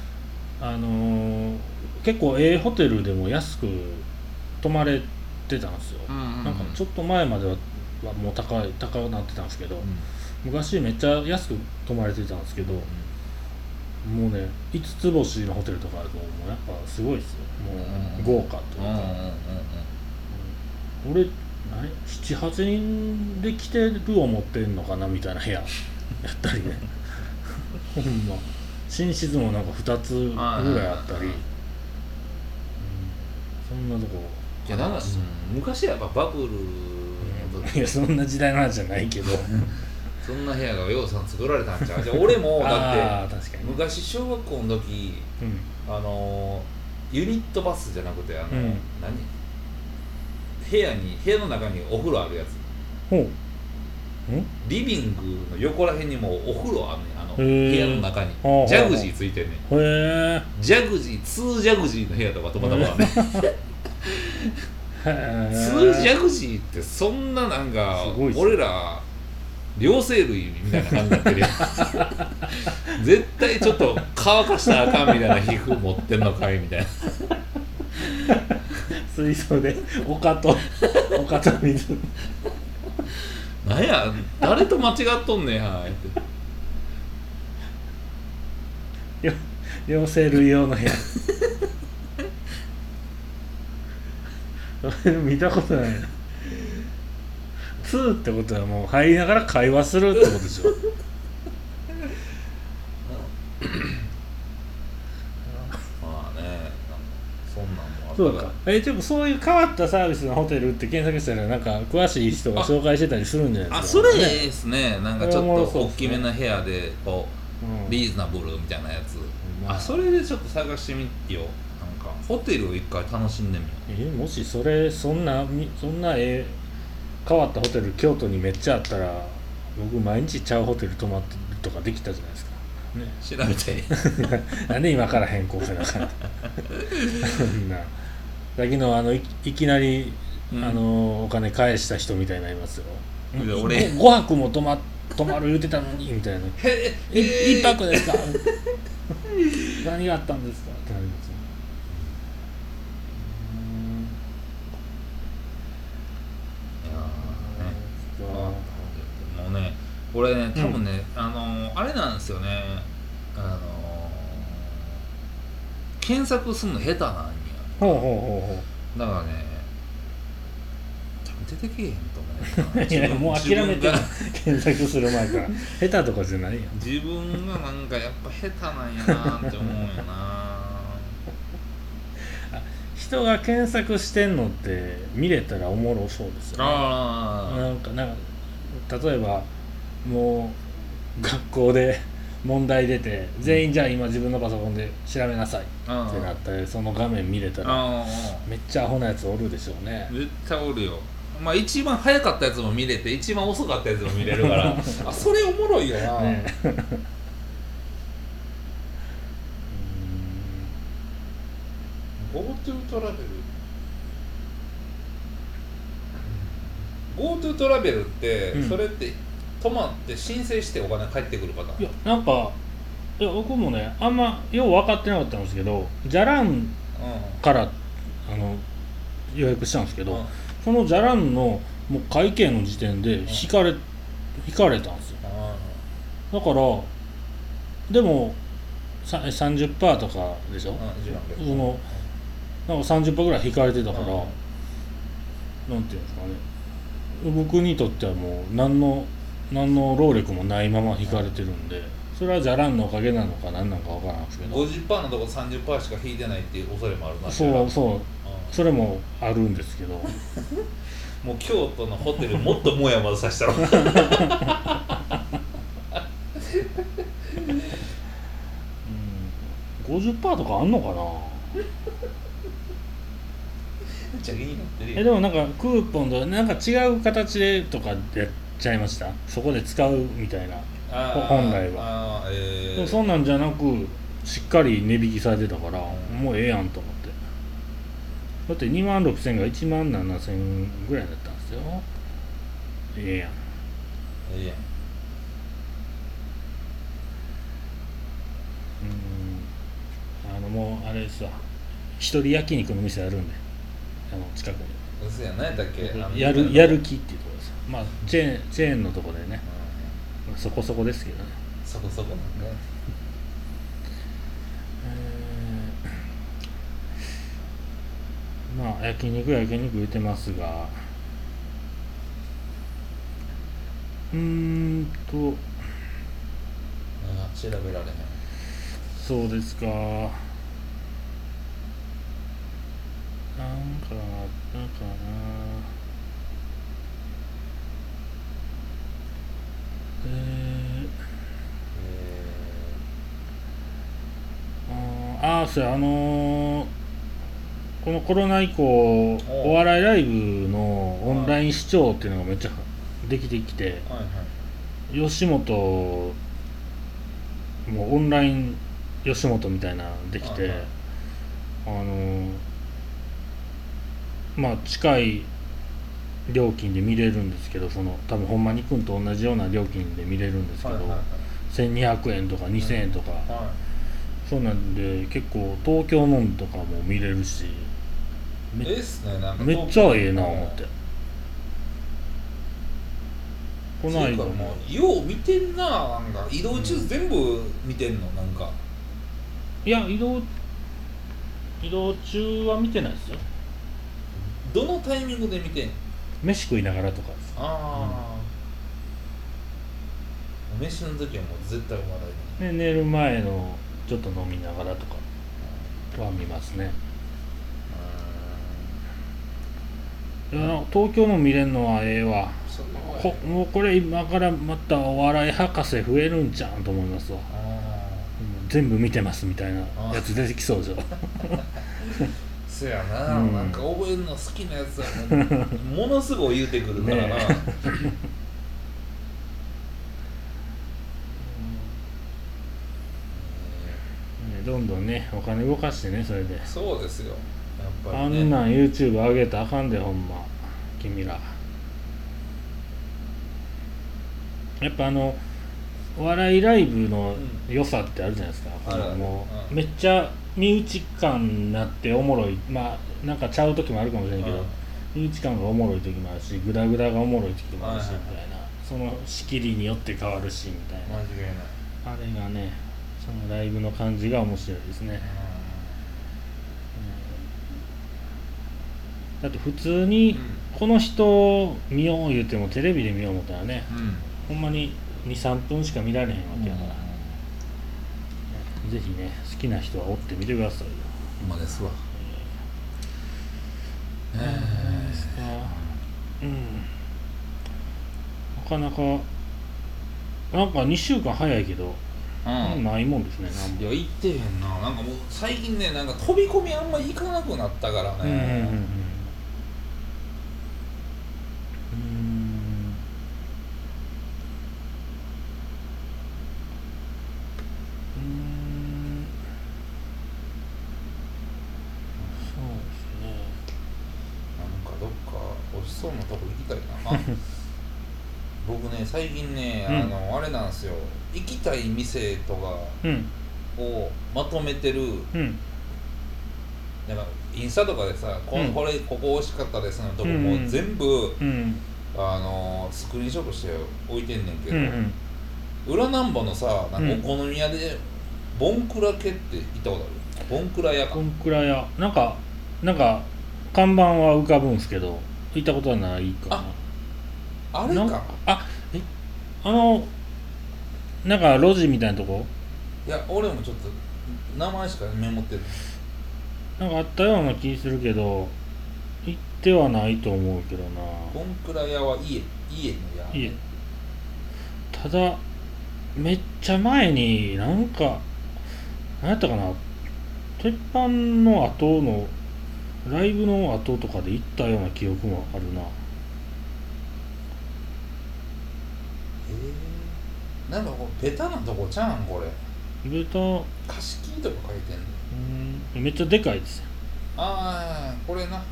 [SPEAKER 2] 結構ホテルでも安く泊まれてたんですよ、なんかちょっと前まではもう高くなってたんですけど、昔めっちゃ安く泊まれてたんですけど、もうね5つ星のホテルとかだともうやっぱすごいですよ、もう豪華というか、俺7、8人で来てる思ってんのかなみたいな部屋やったりねほんま寝室もなんか2つぐらいあったり、そんなとこ
[SPEAKER 1] いやなんか、昔やっぱバブル
[SPEAKER 2] いやそんな時代の話じゃないけど
[SPEAKER 1] そんな部屋がようさん作られたんちゃう。じゃあ俺もだって
[SPEAKER 2] 確かに
[SPEAKER 1] 昔小学校の時、ユニットバスじゃなくて部屋の中にお風呂あるやつ、リビングの横らへんにもお風呂あんねん、部屋の中にジャグジーついてんねん。ジャグジー2ジャグジーの部屋とか泊まったことあんねん2ジャグジーってそんななんか俺ら両生類みたいな感じになってるやん絶対ちょっと乾かしたらあかんみたいな皮膚持ってんのかいみたいな
[SPEAKER 2] 水槽で丘と水
[SPEAKER 1] なんや誰と間違っとんねんは
[SPEAKER 2] って両生類用の部屋それ見たことないな。2ってことはもう入りながら会話するってことでしょ
[SPEAKER 1] まあね、そんなんもあった
[SPEAKER 2] そうか。でもそういう変わったサービスのホテルって検索したらなんか詳しい人が紹介してたりするんじゃないですか。
[SPEAKER 1] それですね。なんかちょっと大きめな部屋でこう、リーズナブルみたいなやつ、それでちょっと探してみてよ。なんかホテルを一回楽しんでみよ
[SPEAKER 2] う。もしそんな変わったホテル京都にめっちゃあったら僕毎日ちゃうホテル泊まってるとかできたじゃないですか、
[SPEAKER 1] ね、調べて
[SPEAKER 2] なんで今から変更せなあかんのさっきのいきなり、お金返した人みたいになりますよ。俺5泊も泊まる言うてたのにみたいな1泊ですか何があったんですかってなりますよ。
[SPEAKER 1] もうね、俺ね、多分ね、あれなんですよね、検索するの下手なんや。だからね、出てけえへんと思う。
[SPEAKER 2] いやもう諦めて検索する前から下手とかじゃないやん。
[SPEAKER 1] 自分がなんかやっぱ下手なんやなって思うんやな
[SPEAKER 2] 人が検索してんのって見れたらおもろそうですよね。なんか例えばもう学校で問題出て全員じゃあ今自分のパソコンで調べなさいってなったらその画面見れたらめっちゃアホなやつおるでしょうね。
[SPEAKER 1] 絶対おるよ。まあ一番早かったやつも見れて一番遅かったやつも見れるからそれおもろいよな、ねGoTo トラベル GoTo トラベルって、それって泊まって申請してお金返ってくるパターン。
[SPEAKER 2] いやなんか僕もねあんまよう分かってなかったんですけどじゃらんから予約したんですけど、そのじゃらんのもう会計の時点で引かれたんですよ。だからでも30% とかでしょ、なんか30% ぐらい引かれてたから、なんていうんですかね、僕にとってはもう何の労力もないまま引かれてるんで、それはじゃらんのおかげなのか何なのか分からんですけど
[SPEAKER 1] 50% のとこ 30% しか引いてないっていう恐れもあるな。
[SPEAKER 2] そうそれもあるんですけど
[SPEAKER 1] もう京都のホテルもっともやもやさせたろ
[SPEAKER 2] 50% 50%とかあんのかな。
[SPEAKER 1] じゃ気になってるよ。
[SPEAKER 2] でもなんかクーポンとなんか違う形でとかやっちゃいました、そこで使うみたいな。本来はでもそんなんじゃなくしっかり値引きされてたから、もうええやんと思って。だって26,000が17,000ぐらいだったんですよ。ええやん。もうあれですわ、一人焼肉の店あるんで、近くに。
[SPEAKER 1] うや、何やったっけ、
[SPEAKER 2] やる気っていうところです。まあチェーンのところでね、そこそこですけどね。
[SPEAKER 1] そこそこなんね。
[SPEAKER 2] まあ焼肉言ってますが、
[SPEAKER 1] 調べられへん。
[SPEAKER 2] そうですか。なんかな。そうや、このコロナ以降お笑いライブのオンライン視聴っていうのがめっちゃできてきて、吉本もオンライン吉本みたいなのできて、まあ近い料金で見れるんですけど、多分ほんまにくんと同じような料金で見れるんですけど、1200円とか2000円とか、そうなんで結構東京のんとかも見れるし、めっちゃええな思って。
[SPEAKER 1] この間もよう見てんな。なんか移動中全部見てんの。なんか
[SPEAKER 2] いや、移動中は見てないですよ。
[SPEAKER 1] どのタイミングで見てんの？
[SPEAKER 2] 飯食いながらとかです。
[SPEAKER 1] 飯の時はもう絶対お笑い
[SPEAKER 2] で、寝る前のちょっと飲みながらとかは見ますね。東京の見れるのはええわ。もうこれ今からまたお笑い博士増えるんちゃうんと思いますわ。全部見てますみたいなやつ出てきそうでしょ。
[SPEAKER 1] そやな、なんか覚えるの好きなやつはものすごい言うてくるからな。
[SPEAKER 2] どんどんね、お金動かしてね、それで。
[SPEAKER 1] そうですよ、やっぱ
[SPEAKER 2] りね。あんなん YouTube 上げたらあかんで、ほんま君ら。やっぱお笑いライブの良さってあるじゃないですか。もうめっちゃ身内感になっておもろい、まあなんかちゃう時もあるかもしれんけど、身内感がおもろい時もあるし、グダグダがおもろい時もあるしみたいな、その仕切りによって変わるしみたいな、あれがね、そのライブの感じが面白いですね。だって普通にこの人見よう言うてもテレビで見よう思ったらね、ほんまに 2,3 分しか見られへんわけやから、ぜひね、好きな人は追ってみてくださいよ。
[SPEAKER 1] ほんまですわ。
[SPEAKER 2] なかなかなんか2週間早いけど、ないもんですね。
[SPEAKER 1] いや、行ってへんな。なんかもう最近ね、なんか飛び込みあんま行かなくなったからね。そうなとこ行きたいな。僕ね、最近ね、あれなんですよ、行きたい店とかをまとめてる、なんかインスタとかでさ、ここ惜しかったですのとこも全部、スクリーンショットして置いてんねんけど、裏なんぼのさ、なんかお好み屋でボンクラ系って行ったことある？ボンクラ屋か。
[SPEAKER 2] ボンクラ屋、なんか看板は浮かぶんですけど行ったことはないかな。
[SPEAKER 1] あれか。
[SPEAKER 2] なんか路地みたいなとこ。
[SPEAKER 1] いや、俺もちょっと名前しかメモってる。
[SPEAKER 2] なんかあったような気するけど行ってはないと思うけどな。
[SPEAKER 1] ボンクラ屋は家の屋。
[SPEAKER 2] ただめっちゃ前になんか何やったかな、 鉄板の後のライブの後とかで行ったような記憶もあるな。
[SPEAKER 1] なんかこうベタなとこちゃうんこれ。
[SPEAKER 2] ベタ
[SPEAKER 1] 貸し切りとか書いてんの。
[SPEAKER 2] めっちゃでかいですよ。
[SPEAKER 1] ああこれな。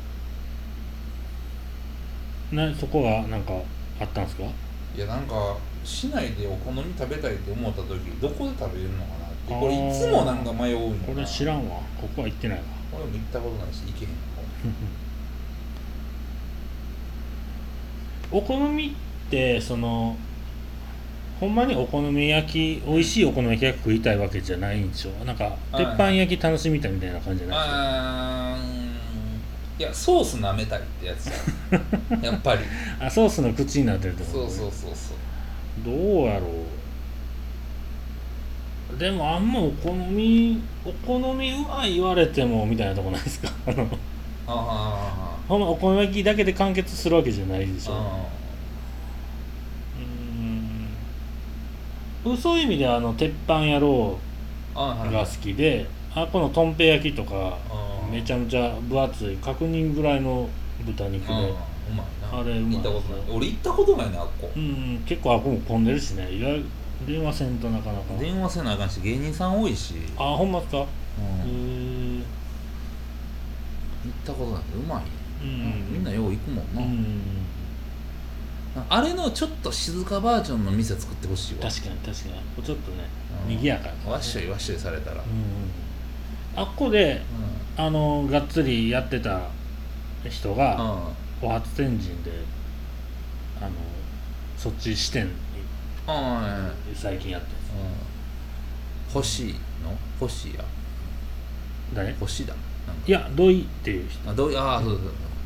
[SPEAKER 2] そこがなんかあったんですか？
[SPEAKER 1] いやなんか市内でお好み食べたいって思った時どこで食べれるのかなって。これいつもなんか迷うんよな。
[SPEAKER 2] これ知らんわ。ここは行ってないわ。
[SPEAKER 1] 俺も行ったことないし行けへんの。
[SPEAKER 2] お好みってそのほんまにお好み焼き美味しいお好み焼きが食いたいわけじゃないんでしょ。なんか鉄板焼き楽しみたいみたいな感じじゃないですか。
[SPEAKER 1] いやソース舐めたいってやつややっぱり
[SPEAKER 2] ソースの口になってるってこと。
[SPEAKER 1] そう
[SPEAKER 2] どうやろう。でもあんまお好みうまい言われてもみたいなとこないですか？ほんまお好み焼きだけで完結するわけじゃないでしょ。そういう意味では鉄板野郎が好きで、このとんぺ焼きとかめちゃめちゃ分厚い角煮ぐらいの豚肉で、
[SPEAKER 1] うまいな。
[SPEAKER 2] あれうまい。
[SPEAKER 1] 俺行ったことないねあっこ。
[SPEAKER 2] 結構あこも混んでるしね。電話せんとなかなか。
[SPEAKER 1] 電話せなあかんし芸人さん多いし。
[SPEAKER 2] ほんまっすか？行
[SPEAKER 1] ったことないけどうまい。みんなよう行くもんな。あれのちょっと静かバージョンの店作ってほしいわ。
[SPEAKER 2] 確かにちょっとね賑やかね。
[SPEAKER 1] わっしょいされたら。
[SPEAKER 2] あっこでがっつりやってた人がお初天神でそっち支店に最近やってるんです。
[SPEAKER 1] 星の星や
[SPEAKER 2] 誰？
[SPEAKER 1] 星だ。
[SPEAKER 2] いや土井っていう人。
[SPEAKER 1] 土井そうそう。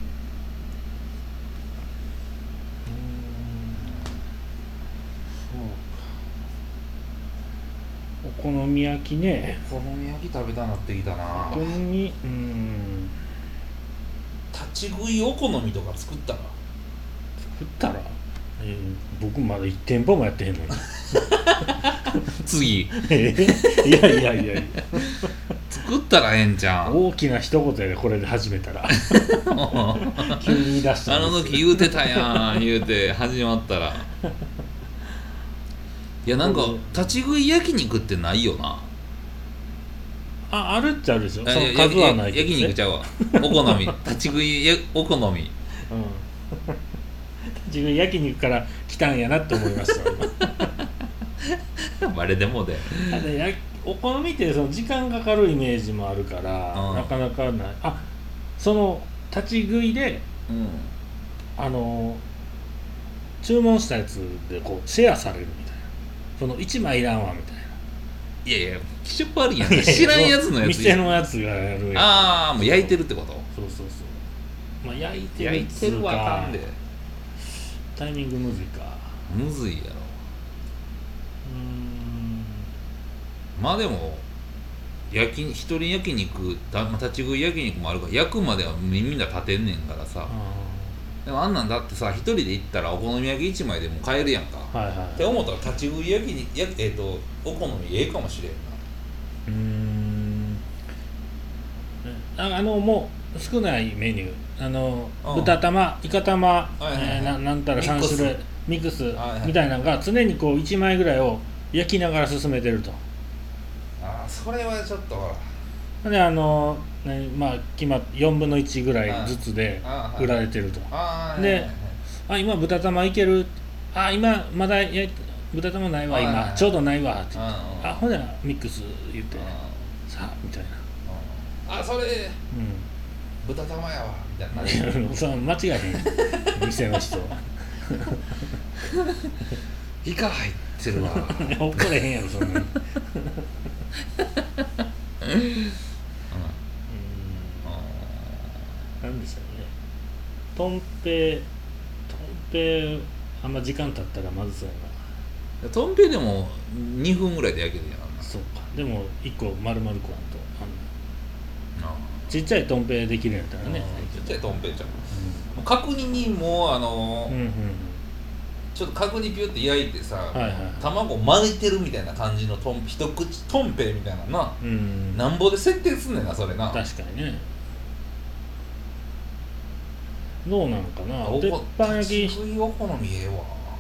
[SPEAKER 2] お好み焼きね。
[SPEAKER 1] お好み焼き食べたなってきたな。
[SPEAKER 2] お好み
[SPEAKER 1] 立ち食いお好みとか作ったら
[SPEAKER 2] 僕まだ1店舗もやってへんのに
[SPEAKER 1] 次
[SPEAKER 2] いや
[SPEAKER 1] 作ったらええんちゃん。
[SPEAKER 2] 大きな一言やでこれで始めたら急に言い出したんです。
[SPEAKER 1] 時言うてたやん言うて始まったらいやなんか立ち食い焼肉ってないよな。
[SPEAKER 2] あるっちゃあるでしょ。その数はないけど、ね、
[SPEAKER 1] 焼肉ちゃうわお好み立ち食いお好み立
[SPEAKER 2] ち食い焼肉から来たんやなって思いました
[SPEAKER 1] あれでもで
[SPEAKER 2] お好みってその時間かかるイメージもあるから、なかなかない。その立ち食いで、注文したやつでこうシェアされるみたいな。その1枚いらんわみたいな。
[SPEAKER 1] いや気色悪いやん。知らんやつのやつ。
[SPEAKER 2] 店のやつがやる
[SPEAKER 1] やん。もう焼いてるってこと。
[SPEAKER 2] そう焼いて
[SPEAKER 1] るわかんで
[SPEAKER 2] タイミングむずいか。
[SPEAKER 1] むずいやろ。まあでも一人焼肉立ち食い焼肉もあるから焼くまではみんな立てんねんからさ。でもあんなんだってさ一人で行ったらお好み焼き1枚でも買えるやんか。って思ったら立ち食い焼肉お好みかもしれんな。
[SPEAKER 2] もう少ないメニュー豚玉イカ玉なんたら3種類ミックスみたいなのが常にこう1枚ぐらいを焼きながら進めてると。
[SPEAKER 1] それはちょっとほら
[SPEAKER 2] で決まって4分の1ぐらいずつで売られてると。で今豚玉いける。今まだ豚玉ないわ今ちょうどないわって言ってほんならミックス言ってさあみたいな。
[SPEAKER 1] それ豚玉やわみたいな。
[SPEAKER 2] その間違いへん店の人は
[SPEAKER 1] イカ入ってるわ
[SPEAKER 2] 怒れへんやろそんなになんでしょうね。とんぺあんま時間経ったらまずそうや
[SPEAKER 1] な。とんぺでも2分ぐらいで焼けるやん。
[SPEAKER 2] そうか。でも1個丸々食わんとちっちゃいとんぺできるんやったらね。
[SPEAKER 1] ちっちゃいとんぺちゃん、角煮にもちょっと角煮ピュって焼いてさ、
[SPEAKER 2] はいはい、
[SPEAKER 1] 卵巻いてるみたいな感じの一口とんぺいみたいなな、なんぼで設定すんねんなそれな。
[SPEAKER 2] 確かにね。どうなのかな、鉄板焼き
[SPEAKER 1] 立ち食いお好みええわ。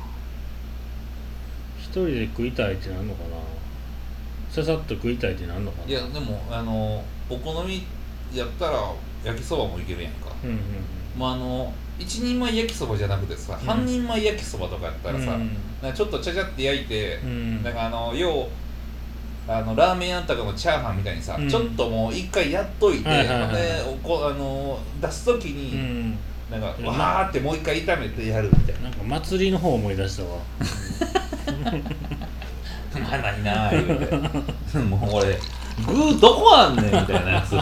[SPEAKER 2] 一人で食いたいってなんのかな、ささっと食いたいってなんのかな。
[SPEAKER 1] いやでもお好みやったら焼きそばもいけるやんか。まあ一人前焼きそばじゃなくてさ、半人前焼きそばとかやったらさ、なんかちょっとちゃちゃって焼いて、なんか要ラーメン屋とかのチャーハンみたいにさ、ちょっともう一回やっといて、で出す時に、なんかわーってもう一回炒めてやるみたいな。
[SPEAKER 2] なんか祭りの方思い出したわ。
[SPEAKER 1] まあないなー言うてもう俺具どこあんねんみたいなやつ。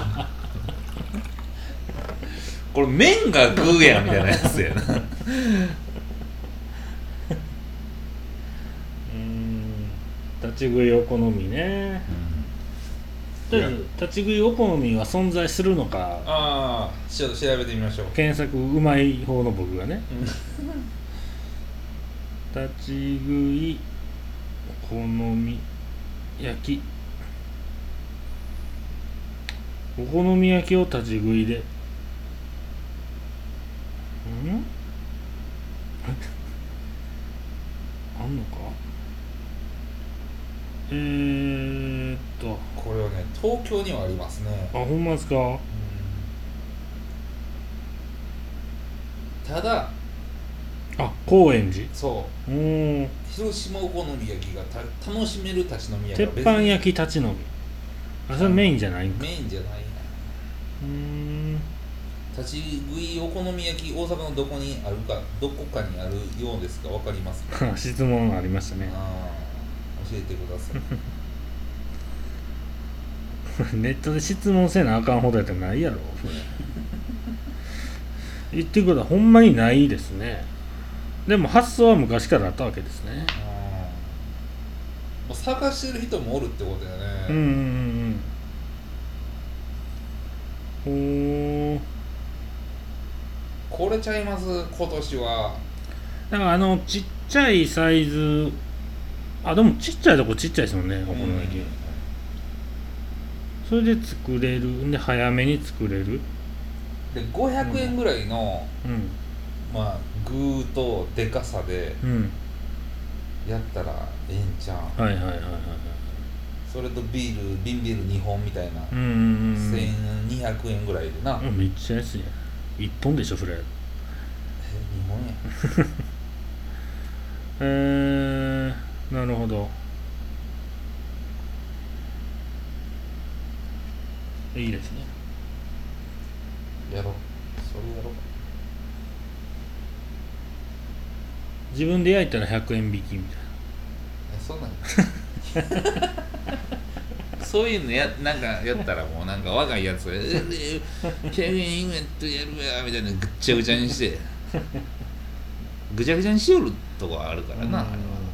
[SPEAKER 1] これ麺が具やみたいなやつやな。
[SPEAKER 2] 立ち食いお好みね、とりあえず立ち食いお好みは存在するのか、
[SPEAKER 1] ああちょっと調べてみましょう。
[SPEAKER 2] 検索うまい方の僕がね、立ち食いお好み焼き、お好み焼きを立ち食いであんのか。
[SPEAKER 1] これはね東京にはありますね。
[SPEAKER 2] あ、ほんまですか。
[SPEAKER 1] ただ
[SPEAKER 2] 高円寺、
[SPEAKER 1] そう広島お好み焼きが楽しめる立ち飲み屋が
[SPEAKER 2] 鉄板焼き立ち飲み、それメインじゃないんか。
[SPEAKER 1] メインじゃないな。立ち食いお好み焼き大阪のどこにあるか、どこかにあるようですが分かりますか。
[SPEAKER 2] 質問ありましたね。
[SPEAKER 1] 教えてくださ
[SPEAKER 2] い。ネットで質問せなあかんほどやったらないやろ言ってください。ほんまにないですね。でも発想は昔からあったわけですね。
[SPEAKER 1] 探してる人もおるってことやね。これちゃいます今年は。
[SPEAKER 2] だからちっちゃいサイズ、でもちっちゃいとこちっちゃいですもんね、お好み焼き。それで作れるんで早めに作れる
[SPEAKER 1] で500円ぐらいの、まあ具とでかさでやったらええんちゃう。それと瓶ビール2本みたいな1200円ぐらいでな。
[SPEAKER 2] めっちゃ安いやん。1本でしょそれ。2
[SPEAKER 1] 本や。
[SPEAKER 2] なるほど。いいですね。
[SPEAKER 1] やろう。それやろう。
[SPEAKER 2] 自分で焼いたら100円引きみたい
[SPEAKER 1] な。そうなんそういうのなんかやったらもうなんか若いやつが100円イベントやるわみたいなぐっちゃぐちゃにしてぐちゃぐちゃにしよるとこあるからな、あれは。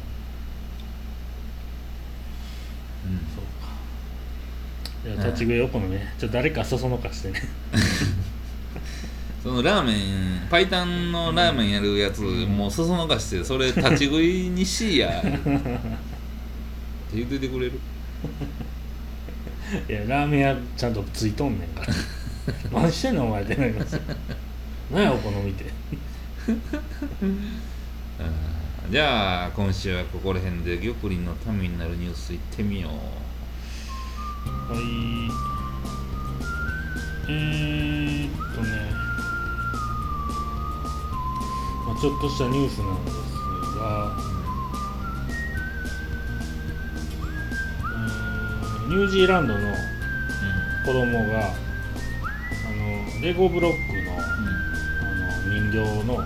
[SPEAKER 2] そうか。じゃあ立ち食いお好みね。誰かそそのかしてね。
[SPEAKER 1] そのラーメンパイタンのラーメンやるやつ、もうそそのかしてそれ立ち食いにしやって言っててくれる。
[SPEAKER 2] いやラーメン屋ちゃんとついとんねんから何してんのお前ってなりますよ。何やお好みって
[SPEAKER 1] じゃあ今週はここら辺で玉林のためになるニュースいってみよう。
[SPEAKER 2] はい。ちょっとしたニュースなんですが、ニュージーランドの子供が、レゴブロックの、人形の、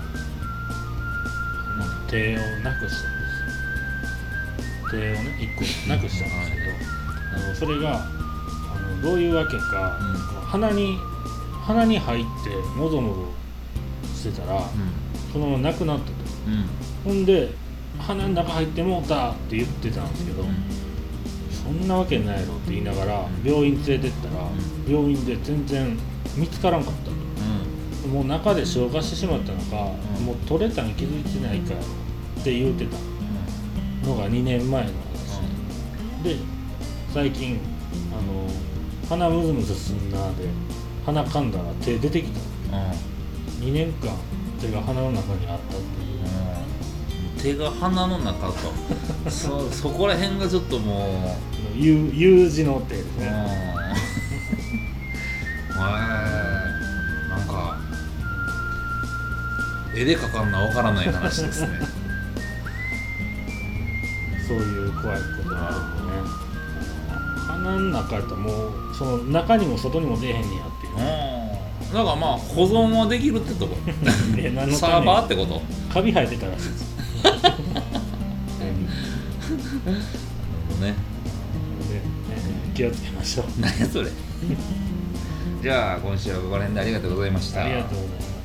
[SPEAKER 2] 手をなくしたんですよ。手をね1個なくしたんですけど、それがどういうわけか、鼻に入ってもぞもぞしてたら、そのままなくなったと。ほんで鼻の中入ってもうたって言ってたんですけど、そんなわけないやろって言いながら病院連れてったら、病院で全然見つからんかったと。もう中で消化してしまったのか、もう取れたに気づいてないかっって言うてたのが2年前の話、で最近鼻ムズムズすんなで鼻かんだら手出てきた、2年間手が鼻の中にあったっていう、
[SPEAKER 1] 手が鼻の中かそこら辺がちょっともう
[SPEAKER 2] U 字の手ですね。
[SPEAKER 1] なんか絵で描かんなわからない話ですね
[SPEAKER 2] そういう怖いことがあるんでね、鼻の中やったらもうその中にも外にも出えへんねやっていう、
[SPEAKER 1] だからまあ保存はできるってとこサーバーってこと、
[SPEAKER 2] カビ生えてたらしいですなるほ
[SPEAKER 1] どね、
[SPEAKER 2] 気をつけましょう。
[SPEAKER 1] 何やそれじゃあ今週はここら辺でありがとうございました。
[SPEAKER 2] ありがとうございます。